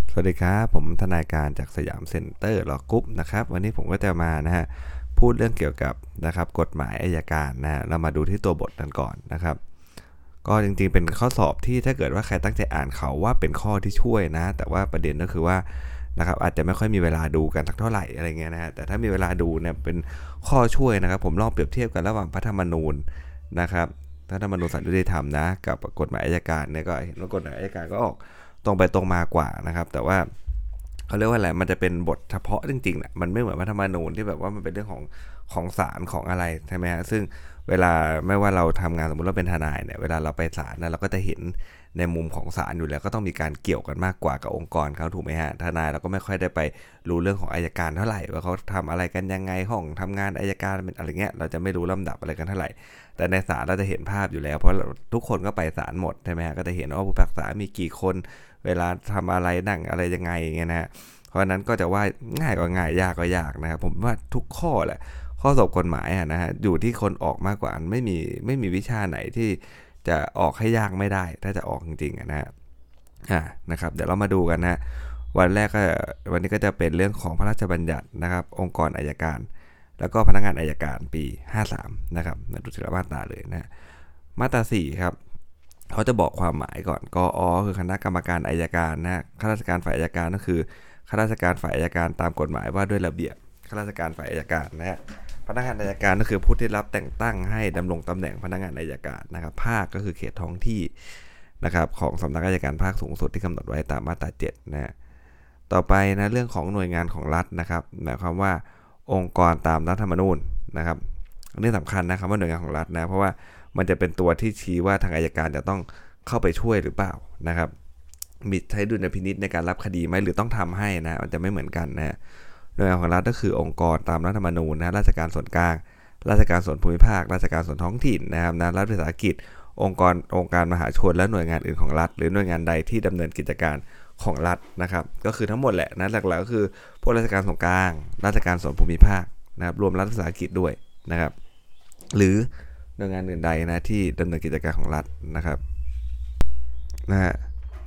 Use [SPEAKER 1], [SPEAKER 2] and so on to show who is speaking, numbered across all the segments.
[SPEAKER 1] สวัสดีครับผมทนายการจากสยามเซ็นเตอร์ลอกรุ๊ปนะครับวันนี้ผมก็จะมาพูดเรื่องเกี่ยวกับกฎหมายอัยการเรามาดูที่ตัวบทกันก่อนนะครับก็จริงๆเป็นข้อสอบที่ถ้าเกิดว่าใครตั้งใจอ่านเขาว่าเป็นข้อที่ช่วยนะแต่ว่าประเด็นก็คือว่าอาจจะไม่ค่อยมีเวลาดูกันสักเท่าไหร่อะไรเงี้ยแต่ถ้ามีเวลาดูเนี่ยเป็นข้อช่วยนะครับผมลองเปรียบเทียบกันระหว่างพระธรรมนูญนะครับพระธรรมนูญศาลยุติธรรมนะกับกฎหมายอัยการเนี่ยก็เห็นว่ากฎหมายอัยการก็ออกตรงไปตรงมากว่านะครับแต่ว่าเขาเรียกว่าอะไรมันจะเป็นบทเฉพาะจริงๆนะมันไม่เหมือนพระธรรมนูญที่แบบว่ามันเป็นเรื่องของศาลของอะไรใช่ไหมฮะซึ่งเวลาไม่ว่าเราทำงานสมมติเราเป็นทนายเนี่ยเวลาเราไปศาลนะเราก็จะเห็นในมุมของศาลอยู่แล้วก็ต้องมีการเกี่ยวกันมากกว่ากับองค์กรเขาถูกไหมฮะทนายเราก็ไม่ค่อยได้ไปรู้เรื่องของอัยการเท่าไหร่ว่าเขาทำอะไรกันยังไงห้องทำงานอัยการเป็นอะไรเงี้ยเราจะไม่รู้ลำดับอะไรกันเท่าไหร่แต่ในศาลเราจะเห็นภาพอยู่แล้วเพราะทุกคนก็ไปศาลหมดใช่ไหมฮะก็จะเห็นว่าผู้พิพากษามีกี่คนเวลาทำอะไรนั่งอะไรยังไงอย่างเงี้ยนะเพราะนั้นก็จะว่าง่ายก็ง่ายยากก็ยากนะครับผมว่าทุกข้อแหละข้อสอบกฎหมายอยู่ที่คนออกมากกว่าไม่มีวิชาไหนที่จะออกให้ยากไม่ได้ถ้าจะออกจริงๆนะครับเดี๋ยวเรามาดูกันวันแรกก็วันนี้ก็จะเป็นเรื่องของพระราชบัญญัตินะครับองค์กรอัยการแล้วก็พนักงานอัยการปี53นะครับดูทีละมาตราเลยมาตรา4ครับเขาจะบอกความหมายก่อนกอคือคณะกรรมการอัยการข้าราชการฝ่ายอัยการก็คือข้าราชการฝ่ายอัยการตามกฎหมายว่าด้วยระเบียบข้าราชการฝ่ายอัยการพนักงานอัยการก็คือผู้ที่รับแต่งตั้งให้ดำรงตำแหน่งพนักงานอัยการนะครับภาคก็คือเขตท้องที่นะครับของสำนักอัยการภาคสูงสุดที่กำหนดไว้ตามมาตรา7ต่อไปเรื่องของหน่วยงานของรัฐนะครับหมายความว่าองค์กรตามรัฐธรรมนูญนะครับอันนี้สำคัญนะครับว่าหน่วยงานของรัฐเพราะว่ามันจะเป็นตัวที่ชี้ว่าทางอัยการจะต้องเข้าไปช่วยหรือเปล่านะครับมีใช้ดุลพินิจในการรับคดีไหมหรือต้องทำให้มันจะไม่เหมือนกันหน่วยงานของรัฐก็คือองค์กรตามรัฐธรรมนูญราชการส่วนกลางราชการส่วนภูมิภาคราชการส่วนท้องถิ่นนะครับรัฐวิสาหกิจองค์การมหาชนและหน่วยงานอื่นของรัฐหรือหน่วยงานใดที่ดำเนินกิจการของรัฐนะครับก็คือทั้งหมดแหละหลักๆก็คือพวกราชการส่วนกลางราชการส่วนภูมิภาคนะครับรวมรัฐวิสาหกิจด้วยนะครับหรือหน่วยงานอื่นใดที่ดำเนินกิจการของรัฐนะครับนะฮะ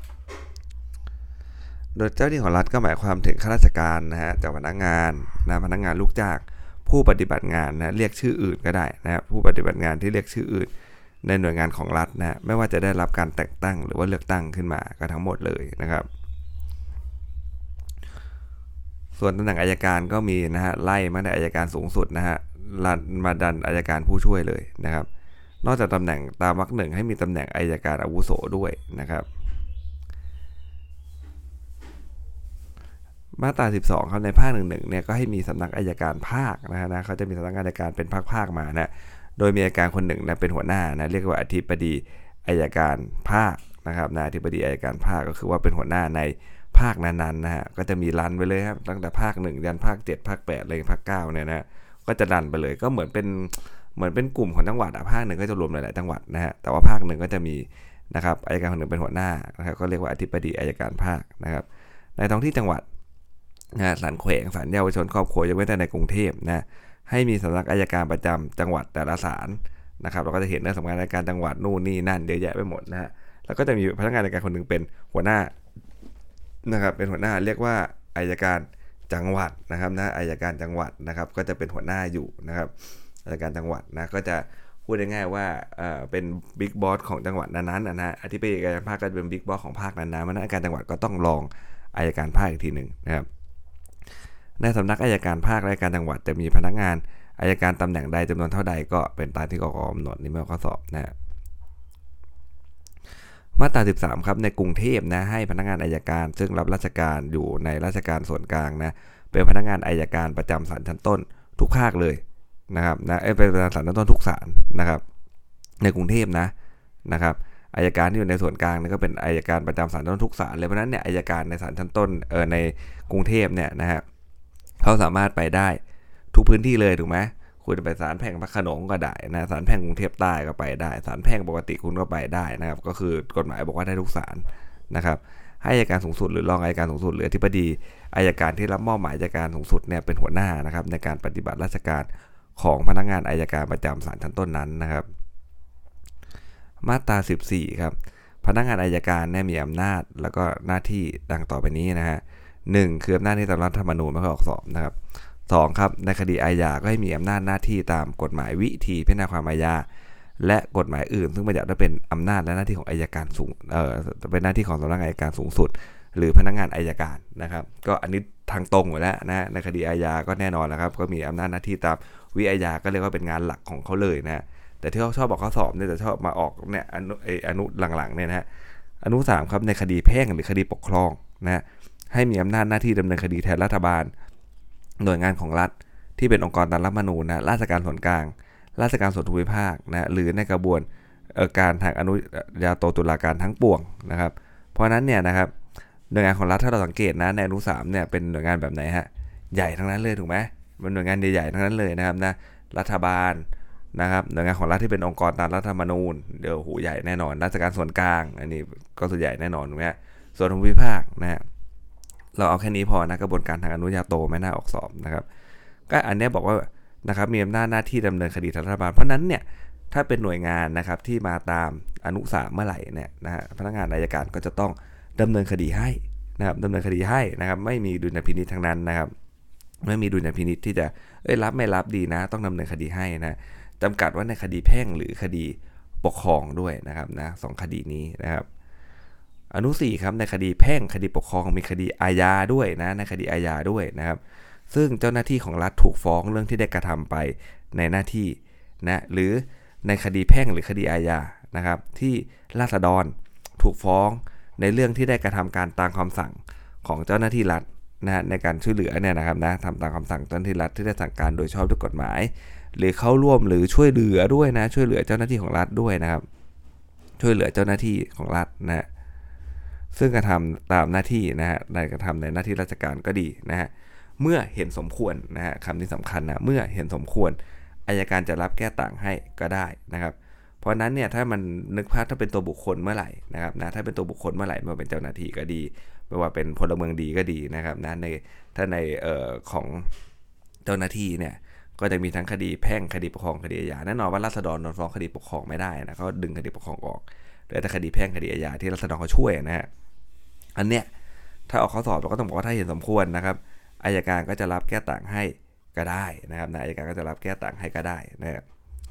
[SPEAKER 1] โดยเจ้าหน้าที่ของรัฐก็หมายความถึงข้าราชการเจ้าพนักงานพนักงานลูกจ้างผู้ปฏิบัติงานเรียกชื่ออื่นก็ได้ผู้ปฏิบัติงานที่เรียกชื่ออื่นในหน่วยงานของรัฐไม่ว่าจะได้รับการแต่งตั้งหรือว่าเลือกตั้งขึ้นมาก็ทั้งหมดเลยนะครับส่วนตำแหน่งอัยการก็มีไล่มาในอัยการสูงสุดมาดันอัยการผู้ช่วยเลยนะครับนอกจากตำแหน่งตามวรรคหนึ่งให้มีตำแหน่งอัยการอาวุโสด้วยนะครับมาตรา12ครับในภาค11เนี่ยก็ให้มีสำนักอัยการภาคเขาจะมีสำนักอัยการเป็นภาคมาโดยมีอัยการคนหนึ่งเป็นหัวหน้าเรียกว่าอธิบดีอัยการภาคนะครับอธิบดีอัยการภาคก็คือว่าเป็นหัวหน้าในภาคนั้นๆก็จะมีรันไปเลยครับตั้งแต่ภาค1ยันภาค7ภาค8เลยภาค9เนี่ยก็จะรันไปเลยก็เหมือนเป็นกลุ่มของจังหวัดภาคหนึ่งก็จะรวมหลายๆจังหวัดแต่ว่าภาคหนึ่งก็จะมีนะครับอัยการคนหนึ่งเป็นหัวหน้านะครับก็เรียกว่าอธิบดีอัยการภาคนะครับในท้องที่จังหวัดศาลแขวงศาลเยาวชนครอบครัวยกเว้นแต่ในกรุงเทพให้มีสำนักอัยการประจำจังหวัดแต่ละศาลนะครับเราก็จะเห็นสำนักอัยการจังหวัดนู่นนี่นั่นเยอะแยะไปหมดแล้วก็จะมีพนักงานอัยการคนหนึ่งเป็นหัวหน้านะครับเป็นหัวหน้าเรียกว่าอัยการจังหวัดนะครับอัยการจังหวัดนะครับก็จะเป็นหัวหน้าอยู่นะครับอัยการจังหวัดก็จะพูดง่ายๆว่าเป็นบิ๊กบอสของจังหวัดนั้นๆอธิบดีอัยการภาคก็จะเป็นบิ๊กบอสของภาคนั้นๆมันอัยการจังหวัดก็ต้องรองอัยการภาคอีกทีนึงนะครับในสำนักอัยการภาคและอัยการจังหวัดจะมีพนักงานอัยการตำแหน่งใดจำนวนเท่าใดก็เป็นตามที่กกกำหนดนี่เมื่อข้อสอบมาตรา13ครับในกรุงเทพให้พนักงานอัยการซึ่งรับราชการอยู่ในราชการส่วนกลางเป็นพนักงานอัยการประจำศาลชั้นต้นทุกภาคเลยนะครับเป็นประจำศาลชั้นต้นทุกศาลนะครับในกรุงเทพนะครับอัยการที่อยู่ในส่วนกลางนี่ก็เป็นอัยการประจำศาลชั้นต้นทุกศาลเลยเพราะนั้นอัยการในศาลชั้นต้นในกรุงเทพเขาสามารถไปได้ทุกพื้นที่เลยถูกไหมคุณจะไปศาลแพ่งพระโขนงก็ได้ศาลแพ่งกรุงเทพใต้ก็ไปได้ศาลแพ่งปกติคุณก็ไปได้นะครับก็คือกฎหมายบอกว่าได้ทุกศาลนะครับให้อัยการสูงสุดหรือรองอัยการสูงสุดหรืออธิบดีอัยการที่รับมอบหมายอัยการสูงสุดเป็นหัวหน้านะครับในการปฏิบัติราชการของพนักงานอัยการประจำศาลชั้นต้นนั้นนะครับมาตรา14ครับพนักงานอัยการเนี่ยมีอำนาจแล้วก็หน้าที่ดังต่อไปนี้นะฮะ1คืออำนาจที่ตามรัฐธรรมนูญไม่ค่อยออกสอบนะครับ2ครับในคดีอาญาก็ให้มีอำนาจหน้าที่ตามกฎหมายวิธีพิจารณาความอาญาและกฎหมายอื่นซึ่งบัญญัติว่าเป็นอำนาจและหน้าที่ของอัยการสูงเป็นหน้าที่ของสำนักงานอัยการสูงสุดหรือพนักงานอัยการนะครับก็อันนี้ทางตรงอยู่แล้วนะในคดีอาญาก็แน่นอนแล้วครับก็มีอำนาจหน้าที่ตามวิอาญาก็เรียกว่าเป็นงานหลักของเขาเลยนะแต่ที่เขาชอบบอกข้อสอบเนี่ยจะชอบมาออกเนี่ยอนุหลังๆเนี่ยนะฮะอนุ3ครับในคดีแพ่งหรือคดีปกครองนะให้มีอำนาจหน้าที่ดำเนินคดีแทนรัฐบาลหน่วยงานของรัฐที่เป็นองค์กรตามรัฐธรรมนูญนะราชการส่วนกลางราชการส่วนภูมิภาคนะหรือในกระบวนการทางอนุญาโตตุลาการทั้งปวงนะครับเพราะนั้นเนี่ยนะครับหน่วยงานของรัฐถ้าเราสังเกตนะในอนุ3เนี่ยเป็นหน่วยงานแบบไหนฮะใหญ่ทั้งนั้นเลยถูกไหมเป็นหน่วยงานใหญ่ๆทั้งนั้นเลยนะครับนะรัฐบาลนะครับหน่วยงานของรัฐที่เป็นองค์กรตามรัฐธรรมนูญเดี๋ยวหูใหญ่แน่นอนราชการส่วนกลางอันนี้ก็ส่วนใหญ่แน่นอนถูกไหมส่วนภูมิภาคนะฮะเราเอาแค่นี้พอนะกระบวนการทางอนุญาโตไม่น่าออกสอบนะครับก็อันนี้บอกว่านะครับมีอำนาจหน้าที่ดำเนินคดีทางรัฐบาลเพราะนั้นเนี่ยถ้าเป็นหน่วยงานนะครับที่มาตามอนุ3เมื่อไหร่เนี่ยนะฮะพนักงานอัยการก็จะต้องดำเนินคดีให้นะครับดำเนินคดีให้นะครับไม่มีดุลพินิจทั้งนั้นนะครับไม่มีดุลพินิจที่จะรับไม่รับดีนะต้องดำเนินคดีให้นะจำกัดว่าในคดีแพ่งหรือคดีปกครองด้วยนะครับนะ2คดีนี้นะครับอนุ4ครับในคดีแพ่งคดีปกครองมีคดีอาญาด้วยนะในคดีอาญาด้วยนะครับซึ่งเจ้าหน้าที่ของรัฐถูกฟ้องเรื่องที่ได้กระทำไปในหน้าที่นะหรือในคดีแพ่งหรือคดีอาญานะครับที่ราษฎรถูกฟ้องในเรื่องที่ได้กระทำการตามคำสั่งของเจ้าหน้าที่รัฐนะในการช่วยเหลือเนี่ยนะครับนะทำตามคำสั่งเจ้าหน้าที่รัฐที่ได้สั่งการโดยชอบด้วยกฎหมายหรือเข้าร่วมหรือช่วยเหลือด้วยนะช่วยเหลือเจ้าหน้าที่ของรัฐด้วยนะครับช่วยเหลือเจ้าหน้าที่ของรัฐนะซึ่งกระทำตามหน้าที่นะฮะในกระทำในหน้าที่ราชการก็ดีนะฮะเมื่อเห็นสมควรนะฮะคำนี้สำคัญนะเมื่อเห็นสมควรอัยการจะรับแก้ต่างให้ก็ได้นะครับเพราะนั้นเนี่ยถ้ามันนึกภาพถ้าเป็นตัวบุคคลเมื่อไหร่นะครับนะถ้าเป็นตัวบุคคลเมื่อไหร่ไม่ว่าเป็นเจ้าหน้าที่ก็ดีไม่ว่าเป็นพลเมืองดีก็ดีนะครับนะในถ้าในของเจ้าหน้าที่เนี่ยก็จะมีทั้งคดีแพ่งคดีปกครองคดีอาญาแน่นอนว่าราษฎรโดนฟ้องคดีปกครองไม่ได้นะเขาดึงคดีปกครองออกแต่คดีแพ่งคดีอาญาที่ราษฎรเขาช่วยนะฮะอันเนี้ยถ้าออกข้อสอบเราก็ต้องบอกว่าถ้าเห็นสมควรนะครับอัยการก็จะรับแก้ต่างให้ก็ได้นะครับนะอัยการก็จะรับแก้ต่างให้ก็ได้นะครับ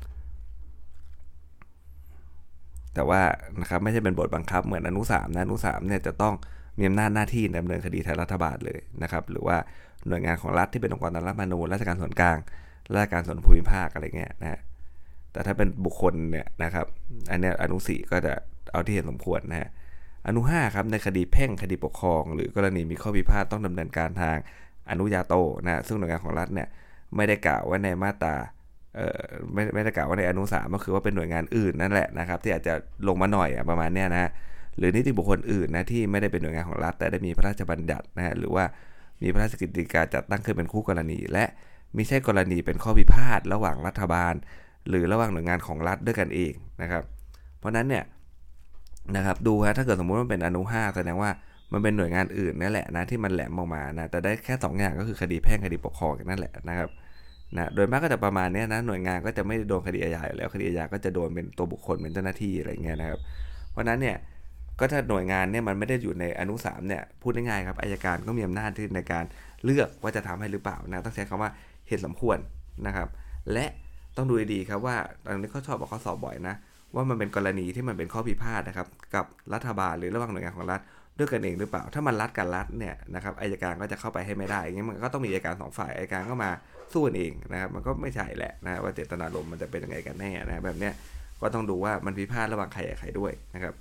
[SPEAKER 1] แต่ว่านะครับไม่ใช่เป็นบทบังคับเหมือนอนุ3นะอนุ3เนี่ยจะต้องมีอำนาจหน้าที่ดำเนินคดีแทนรัฐบาลเลยนะครับหรือว่าหน่วยงานของรัฐที่เป็นองค์กรตามรัฐธรรมนูญราชการส่วนกลางราชการส่วนภูมิภาคอะไรเงี้ยนะแต่ถ้าเป็นบุคคลเนี่ยนะครับอันนี้อนุ4ก็จะเอาที่เห็นสมควรนะฮะอนุ5ครับในคดีแพ่งคดีปกครองหรือกรณีมีข้อพิพาทต้องดำเนินการทางอนุญาโตนะซึ่งหน่วยงานของรัฐเนี่ยไม่ได้กล่าวไว้ในมาตราไม่ได้กล่าวว่าในอนุ3ก็คือว่าเป็นหน่วยงานอื่นนั่นแหละนะครับที่อาจจะลงมาหน่อยประมาณนี้นะหรือนิติบุคคลอื่นนะที่ไม่ได้เป็นหน่วยงานของรัฐแต่ได้มีพระราชบัญญัตินะฮะหรือว่ามีพระราชกฤษฎีกาจัดตั้งขึ้นเป็นคู่กรณีและมิใช่กรณีเป็นข้อพิพาทระหว่างรัฐบาลหรือระหว่างหน่วยงานของรัฐด้วยกันเองนะครับเพราะนั้นเนี่ยนะครับดูฮะถ้าเกิดสมมุติว่าเป็นอนุ5แสดงว่ามันเป็นหน่วยงานอื่นนั่นแหละนะที่มันแหลมออกมานะแต่ได้แค่2อย่างก็คือคดีแพ่งคดีปกครองนั่นแหละนะครับนะโดยมากก็จะประมาณนี้นะหน่วยงานก็จะไม่โดนคดีอาญาอยู่แล้วคดีอาญาก็จะโดนเป็นตัวบุคคลเป็นเจ้าหน้าที่อะไรเงี้ยนะครับเพราะนั้นเนี่ยก็ถ้าหน่วยงานเนี่ยมันไม่ได้อยู่ในอนุ3เนี่ยพูดง่ายๆครับอัยการก็มีอำนาจที่ในการเลือกว่าจะทำให้หรือเปล่านะต้องใช้คำว่าเห็นสมควรนะครับและต้องดูดีๆครับว่าตอนนี้เขาชอบบอกข้อสอบบ่อยนะว่ามันเป็นกรณีที่มันเป็นข้อพิพาทนะครับกับรัฐบาลหรือระหว่างหน่วยงานของรัฐด้วยกันเองหรือเปล่าถ้ามันรัฐกับรัฐเนี่ยนะครับอัยการก็จะเข้าไปให้ไม่ได้อย่างนี้มันก็ต้องมีอัยการ2ฝ่ายอัยการก็มาสู้กันเองนะครับมันก็ไม่ใช่แหละนะว่าเจตนารมณ์มันจะเป็นยังไงกันแน่นะแบบเนี้ยก็ต้องดูว่ามันพิพาทระหว่างใครกับใครด้วยนะครับ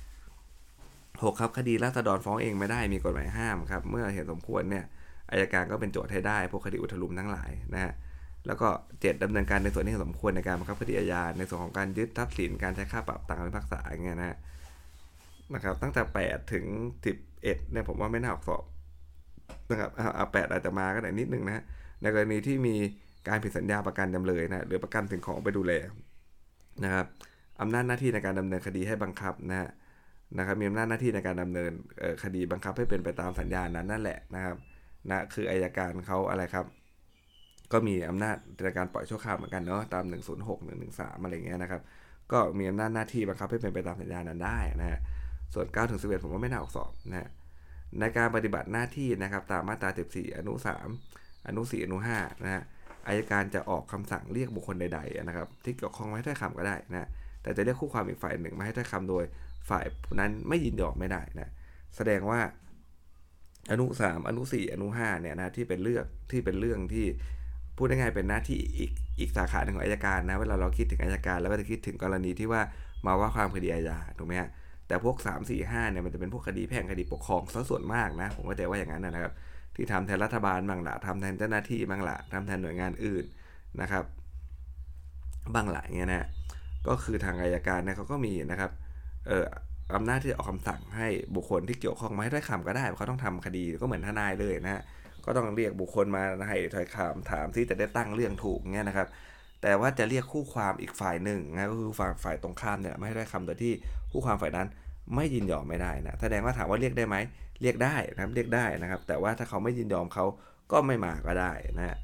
[SPEAKER 1] 6ครับคดีราษฎรฟ้องเองไม่ได้มีกฎหมายห้ามครับเมื่อเห็นสมควรเนี่ยอัยการก็เป็นโจทย์ให้ได้พวกคดีอุทลุมทั้งหลายนะฮะแล้วก็7ดำเนินการในส่วนที่สมควรในการบังคับคดีอาญาในส่วนของการยึดทรัพย์สินการใช้ค่าปรับตามคำพิพากษาอย่างเงี้ยนะครับตั้งแต่8ถึง11เนี่ยผมว่าไม่น่าออกสอบนะครับ8อาจจะมาก็ได้นิดนึงนะในกรณีที่มีการผิดสัญญาประกันจำเลยนะหรือประกันสิ่งของไปดูแลนะครับอำนาจหน้าที่ในการดำเนินคดีให้บังคับนะครับมีอำนาจหน้าที่ในการดำเนินคดีบังคับให้เป็นไปตามสัญญานั้นนั่นแหละนะครับนะคืออัยการเขาอะไรครับก็มีอำนาจในการปล่อยชั่วคราวเหมือนกันเนาะตาม106 113อะไรเงี้ยนะครับก็มีอำนาจหน้าที่บังคับให้เป็นไปตามสัญญานั้นได้นะฮะส่วน9ถึง11ผมว่าไม่น่าออกสอบนะในการปฏิบัติหน้าที่นะครับตามมาตรา14อนุ3อนุ4อนุ5นะฮะอัยการจะออกคำสั่งเรียกบุคคลใดๆนะครับที่เกี่ยวข้องมาให้ถ้อยคำก็ได้นะแต่จะเรียกคู่ความอีกฝ่ายหนึ่งมาให้ถ้อยคำโดยฝ่ายนั้นไม่ยินยอมไม่ได้นะแสดงว่าอนุ3อนุ4อนุ5เนี่ยนะที่เป็นเรื่องที่พูดง่ายๆเป็นหน้าที่อีกสาขาหนึ่งของอัยการนะเวลาเราคิดถึงอัยการแล้วก็จะคิดถึงกรณีที่ว่ามาว่าความคดีอาญาถูกไหมฮะแต่พวก3 4 5เนี่ยมันจะเป็นพวกคดีแพ่งคดีปกครองซะส่วนมากนะผมก็จะว่าอย่างนั้นนะครับที่ทำแทนรัฐบาลบ้างละทำแทนเจ้าหน้าที่บ้างละทำแทนหน่วยงานอื่นนะครับบ้างละเงี้ยนะก็คือทางอัยการเนี่ยเขาก็มีนะครับอำนาจที่จะออกคำสั่งให้บุคคลที่เกี่ยวข้องมาให้ถ้อยคำก็ได้เขาต้องทำคดีก็เหมือนทนายเลยนะก็ต้องเรียกบุคคลมาให้ถ้อยคำถามที่จะได้ตั้งเรื่องถูกเงี้ยนะครับแต่ว่าจะเรียกคู่ความอีกฝ่ายหนึ่งนะก็คือฝ่ายตรงข้ามเนี่ยไม่ให้ถ้อยคำโดยที่คู่ความฝ่ายนั้นไม่ยินยอมไม่ได้นะแสดงว่าถามว่าเรียกได้ไหมเรียกได้นะครับเรียกได้นะครับแต่ว่าถ้าเขาไม่ยินยอมเขาก็ไม่มาก็ได้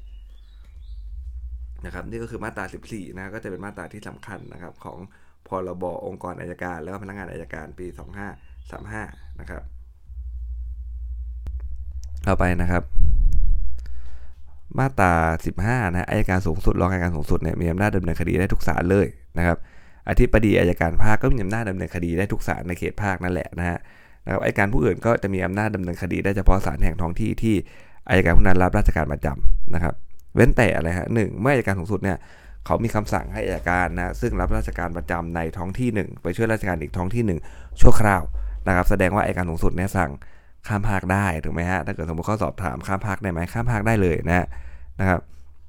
[SPEAKER 1] นะครับนี่ก็คือมาตรา14นะก็จะเป็นมาตราที่สำคัญนะครับของพรบองค์กรอัยการแล้วก็พนักงานอัยการปี2535นะครับต่อไปนะครับมาตรา15นะอัยการสูงสุดรองอัยการสูงสุดเนี่ยมีอำนาจดำเนินคดีได้ทุกศาลเลยนะครับอธิบดีอัยการภาคก็มีอำนาจดำเนินคดีได้ทุกศาลในเขตภาคนั่นแหละนะครับอัยการผู้อื่นก็จะมีอำนาจดำเนินคดีได้เฉพาะศาลแห่งท้องที่ที่อัยการผู้นั้นรับราชการประจำนะครับเว้นแต่อะไรฮะ1เมื่ออัยการสูงสุดเนี่ยเขามีคำสั่งให้อัยการนะซึ่งรับราชการประจำในท้องที่1ไปช่วยราชการอีกท้องที่1ชั่วคราวนะครับแสดงว่าอัยการสูงสุดเนี่ยสั่งข้ามภาคได้ถูกไหมฮะถ้าเกิดสมมติข้อสอบถามข้ามภาคได้ไหมข้ามภาคได้เลยนะครับ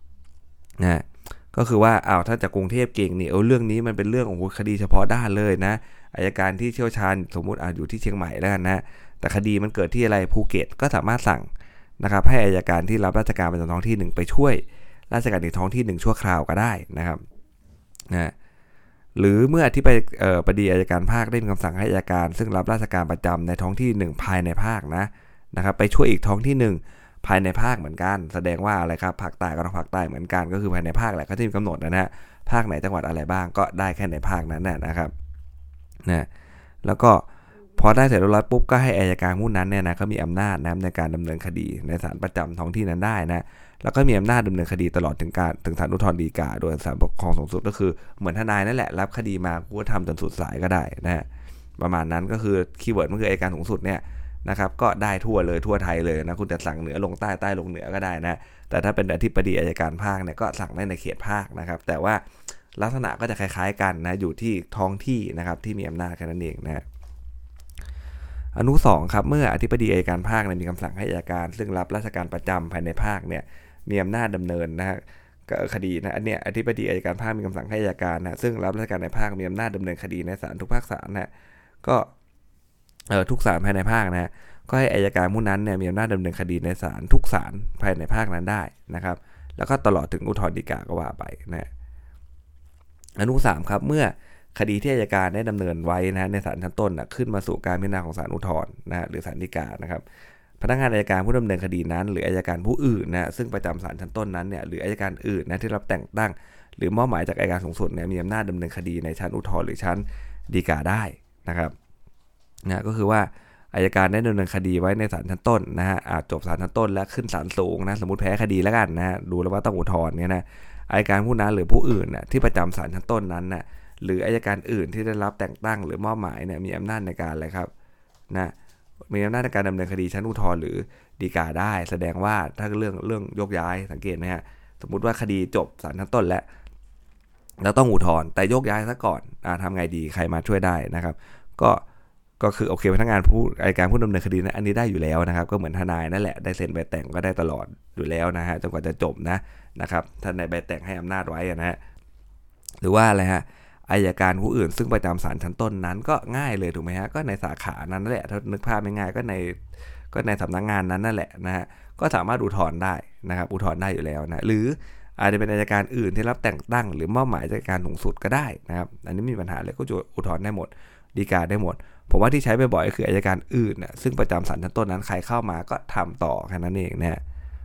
[SPEAKER 1] ก็คือว่าถ้าจากกรุงเทพเก่งนี่เรื่องนี้มันเป็นเรื่องของคดีเฉพาะด้านเลยนะอัยการที่เชี่ยวชาญสมมุติอยู่ที่เชียงใหม่แล้วกันนะแต่คดีมันเกิดที่อะไรภูเก็ตก็สามารถสั่งนะครับให้อัยการที่รับราชการประจำท้องที่1ไปช่วยราชการอีกท้องที่1ชั่วคราวก็ได้นะครับนะหรือเมื่อที่ไปบดีอัยการภาคได้มีคำสั่งให้อัยการซึ่งรับราชการประจำในท้องที่1ภายในภาคนะครับไปช่วยอีกท้องที่1ภายในภาคเหมือนกันแสดงว่าอะไรครับภาคใต้ก็ต้องภาคใต้เหมือนกันก็คือภายในภาคแหละเขาจะมีกำหนดนะฮะภาคไหนจังหวัดอะไรบ้างก็ได้แค่ในภาคนั้นนะครับแล้วก็พอได้เสร็จเรียบร้อยปุ๊บก็ให้อัยการผู้นั้นเนี่ยนะเขามีอำนาจในการดำเนินคดีในศาลประจำท้องที่นั้นได้นะแล้วก็มีอำนาจดำเนินคดีตลอดถึงศาลอุทธรณ์ฎีกาโดยศาลปกครองสูงสุดก็คือเหมือนทนายนั่นแหละรับคดีมาก็ทำจนสุดสายก็ได้นะประมาณนั้นก็คือคีย์เวิร์ดมันคืออัยการสูงสุดเนี่ยนะครับก็ได้ทั่วเลยทั่วไทยเลยนะคุณจะสั่งเหนือลงใต้ใต้ลงเหนือก็ได้นะแต่ถ้าเป็นอธิบดีอัยการภาคเนี่ยก็สั่งได้ในเขตภาคนะครับแต่ว่าลักษณะก็จะคล้ายๆกันนะอยู่ที่ท้องที่นะครับที่มีอำนาจแค่นั้นเองนะอนุ2ครับเมื่ออธิบดีอัยการภาคมีคำสั่งให้อัยการซึ่งรับราชการประจำภายในภาคเนี่ยมีอำนาจดำเนินนะฮะคดีนะอันเนี้ยอธิบดีอัยการภาคมีคำสั่งให้อัยการนะซึ่งรับราชการในภาคมีอำนาจดำเนินคดีในศาลทุกภาคศาลนะก็ทุกศาลภายในภาคนะก็ให้อัยการผู้นั้นเนี่ยมีอำนาจดำเนินคดีในศาลทุกศาลภายในภาคนั้นได้นะครับแล้วก็ตลอดถึงอุทธรณ์ฎีกาก็ว่าไปนะอนุ3ครับเมื่อคดีที่อัยการได้ดำเนินไว้นะในศาลชั้นต้นขึ้นมาสู่การพิจารณาของศาลอุทธรณ์นะหรือศาลฎีกานะครับพนักงานอัยการผู้ดำเนินคดีนั้นหรืออัยการผู้อื่นนะซึ่งประจำศาลชั้นต้นนั้นเนี่ยหรืออัยการอื่นนะที่รับแต่งตั้งหรือมอบหมายจากอัยการสูงสุดเนี่ยมีอำนาจดำเนินคดีในชั้นอุทธรณ์หรือชั้นฎีกาได้นะครับก็คือว่าอัยการได้ดำเนินคดีไว้ในศาลชั้นต้นนะฮะจบศาลชั้นต้นแล้วขึ้นศาลสูงนะสมมติแพ้คดีแล้วกันนะดูแล้วว่าต้องอุทธรณ์เนี่ยนะอัยการผู้นั้นหรือผู้อื่นนะที่ประจำศาลชั้นต้นนั้นนะหรืออัยการอื่นที่ได้รับแต่งตั้งหรือมอบหมายเนี่ยมีอำนาจในการอะไรครับมีอำนาจในการดำเนินคดีชั้นอุทธรณ์หรือฎีกาได้แสดงว่าถ้าเรื่องยกย้ายสังเกตนะฮะสมมุติว่าคดีจบศาลชั้นต้นแล้วต้องอุทธรณ์แต่ยกย้ายซะก่อนทำไงดีใครมาช่วยได้นะครับก็คือโอเคพนักงานอัยการผู้ดำเนินคดีนะอันนี้ได้อยู่แล้วนะครับก็เหมือนทนายนั่นแหละได้เซ็นใบแต่งก็ได้ตลอดอยู่แล้วนะฮะจนกว่าจะจบนะครับท่านในใบแต่งให้อำนาจไว้นะฮะหรือว่าอะไรฮะอัยการผู้อื่นซึ่งประจำศาลชั้นต้นนั้นก็ง่ายเลยถูกไหมฮะก็ในสาขานั้นนั่นแหละถ้านึกภาพไม่ง่ายก็ในสำนักงานนั้นนั่นแหละนะฮะก็สามารถอุทธรณ์ได้นะครับอุทธรณ์ได้อยู่แล้วนะหรืออาจจะเป็นอัยการอื่นที่รับแต่งตั้งหรือมอบหมายจากการสูงสุดก็ได้นะครับอันนี้ไม่มีปัญหาเลยก็จะอุทธรณ์ได้หมดฎีกาได้หมดผมว่าที่ใช้บ่อยๆคืออัยการอื่นนะซึ่งประจำศาลชั้นต้นนั้นใครเข้ามาก็ทำต่อแค่นั้นเองนะ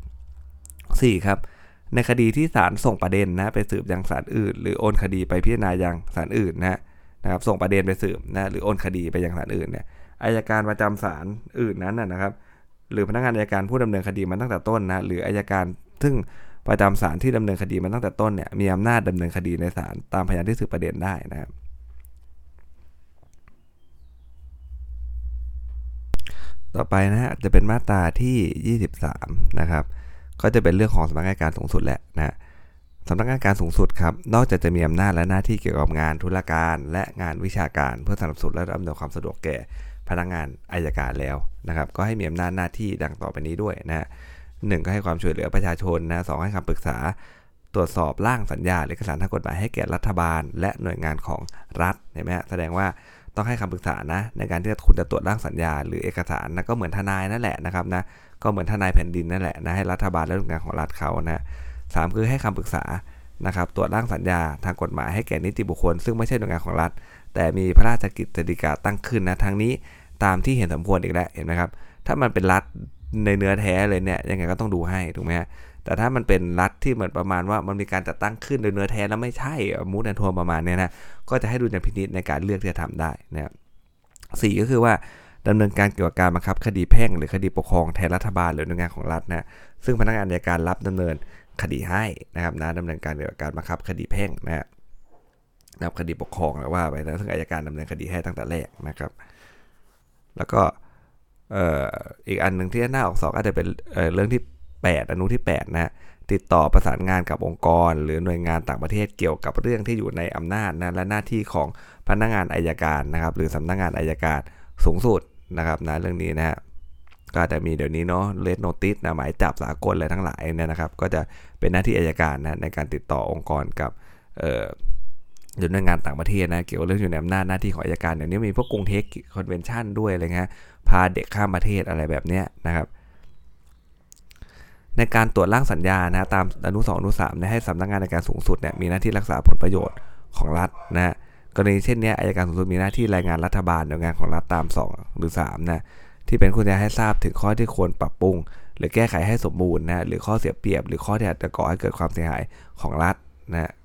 [SPEAKER 1] 4ครับในคดีที่ศาลส่งประเด็นนะไปสืบยังศาลอื่นหรือโอนคดีไปพิจารณายังศาลอื่นนะครับส่งประเด็นไปสืบนะหรือโอนคดีไปยังศาลอื่นเนี่ยอัยการประจำศาลอื่นนั้นนะครับหรือพนักงานอัยการผู้ดำเนินคดีมาตั้งแต่ต้นนะหรืออัยการซึ่งประจำศาลที่ดำเนินคดีมาตั้งแต่ต้นเนี่ยมีอำนาจดำเนินคดีในศาลตามพยานที่สืบประเด็นได้นะครับต่อไปนะฮะจะเป็นมาตราที่23นะครับก็จะเป็นเรื่องของสำนักงานอัยการสูงสุดแหละนะสำนักงานอัยการสูงสุดครับนอกจากจะมีอำนาจและหน้าที่เกี่ยวกับงานธุรการและงานวิชาการเพื่อสนับสนุนและอำนวยความสะดวกแก่พนักงานอัยการแล้วนะครับก็ให้มีอำนาจหน้าที่ดังต่อไปนี้ด้วยนะ1ก็ให้ความช่วยเหลือประชาชนนะ2ให้คำปรึกษาตรวจสอบร่างสัญญาหรือเอกสารทางกฎหมายให้แก่รัฐบาลและหน่วยงานของรัฐเห็นไหมฮะแสดงว่าต้องให้คำปรึกษานะในการที่คุณจะตรวจร่างสัญญาหรือเอกสารนะก็เหมือนทนายนั่นแหละนะครับนะก็เหมือนทนายแผ่นดินนั่นแหละนะให้รัฐบาลและหน่วยงานของรัฐเขานะ3คือให้คำปรึกษานะครับตรวจร่างสัญญาทางกฎหมายให้แก่นิติบุคคลซึ่งไม่ใช่หน่วยงานของรัฐแต่มีพระราชกิจจฎีกาตั้งขึ้นนะทั้งนี้ตามที่เห็นสมควรอีกแล้วเห็นไหมครับถ้ามันเป็นรัฐในเนื้อแท้เลยเนี่ยยังไงก็ต้องดูให้ถูกไหมฮะแต่ถ้ามันเป็นรัฐที่เหมือนประมาณว่ามันมีการจัดตั้งขึ้นโดยเนื้อแท้แล้วไม่ใช่มูดแอนทัวร์ประมาณนี้นะก็จะให้ดุลยพินิจในการเลือกที่จะทำได้นะครับ4ก็คือว่าดำเนินการเกี่ยวกับการบังคับคดีแพ่งหรือคดีปกครองแทนรัฐบาลหรือหน่วยงานของรัฐนะซึ่งพนักงานอัยการรับดำเนินคดีให้นะครับนะดำเนินการเกี่ยวกับการบังคับคดีแพ่งนะครับคดีปกครองหรือว่าไปนะซึ่งอัยการดำเนินคดีให้ตั้งแต่แรกนะครับแล้วก็อีกอันหนึ่งที่น่าออกสอบก็จะเป็นเรื่องที่8อนุที่8นะติดต่อประสานงานกับองค์กรหรือหน่วยงานต่างประเทศเกี่ยวกับเรื่องที่อยู่ในอำนาจนะและหน้าที่ของพนักงานอัยการนะครับหรือสำนักงานอัยการสูงสุดนะครับนะเรื่องนี้นะก็จะมีเดี๋ยวนี้เนาะเรดโนติสนะหมายจับสากลอะไรทั้งหลายเนี่ยนะครับก็จะเป็นหน้าที่อัยการนะในการติดต่อองค์กรกับหรือหน่วยงานต่างประเทศนะเกี่ยวกับเรื่องอยู่ในอำนาจหน้าที่ของอัยการเดี๋ยวนี้มีพวกกรุงเทคคอนเวนชั่นด้วยอะไรเงี้ยพาเด็กข้ามประเทศอะไรแบบเนี้ยนะครับในการตรวจร่างสัญญานะตามอนุ2อนุ3เนี่ยให้สำนักงานอัยการสูงสุดเนี่ยมีหน้าที่รักษาผลประโยชน์ของรัฐนะกรณีเช่นนี้อัยการสูงสุดมีหน้าที่รายงานรัฐบาลหน่วยงานของรัฐตาม2หรือ3นะที่เป็นคุณจะให้ทราบถึงข้อที่ควรปรับปรุงหรือแก้ไขให้สมบูรณ์นะหรือข้อเสียเปรียบหรือข้อที่อาจจะก่อให้เกิดความเสียหายของรัฐนะ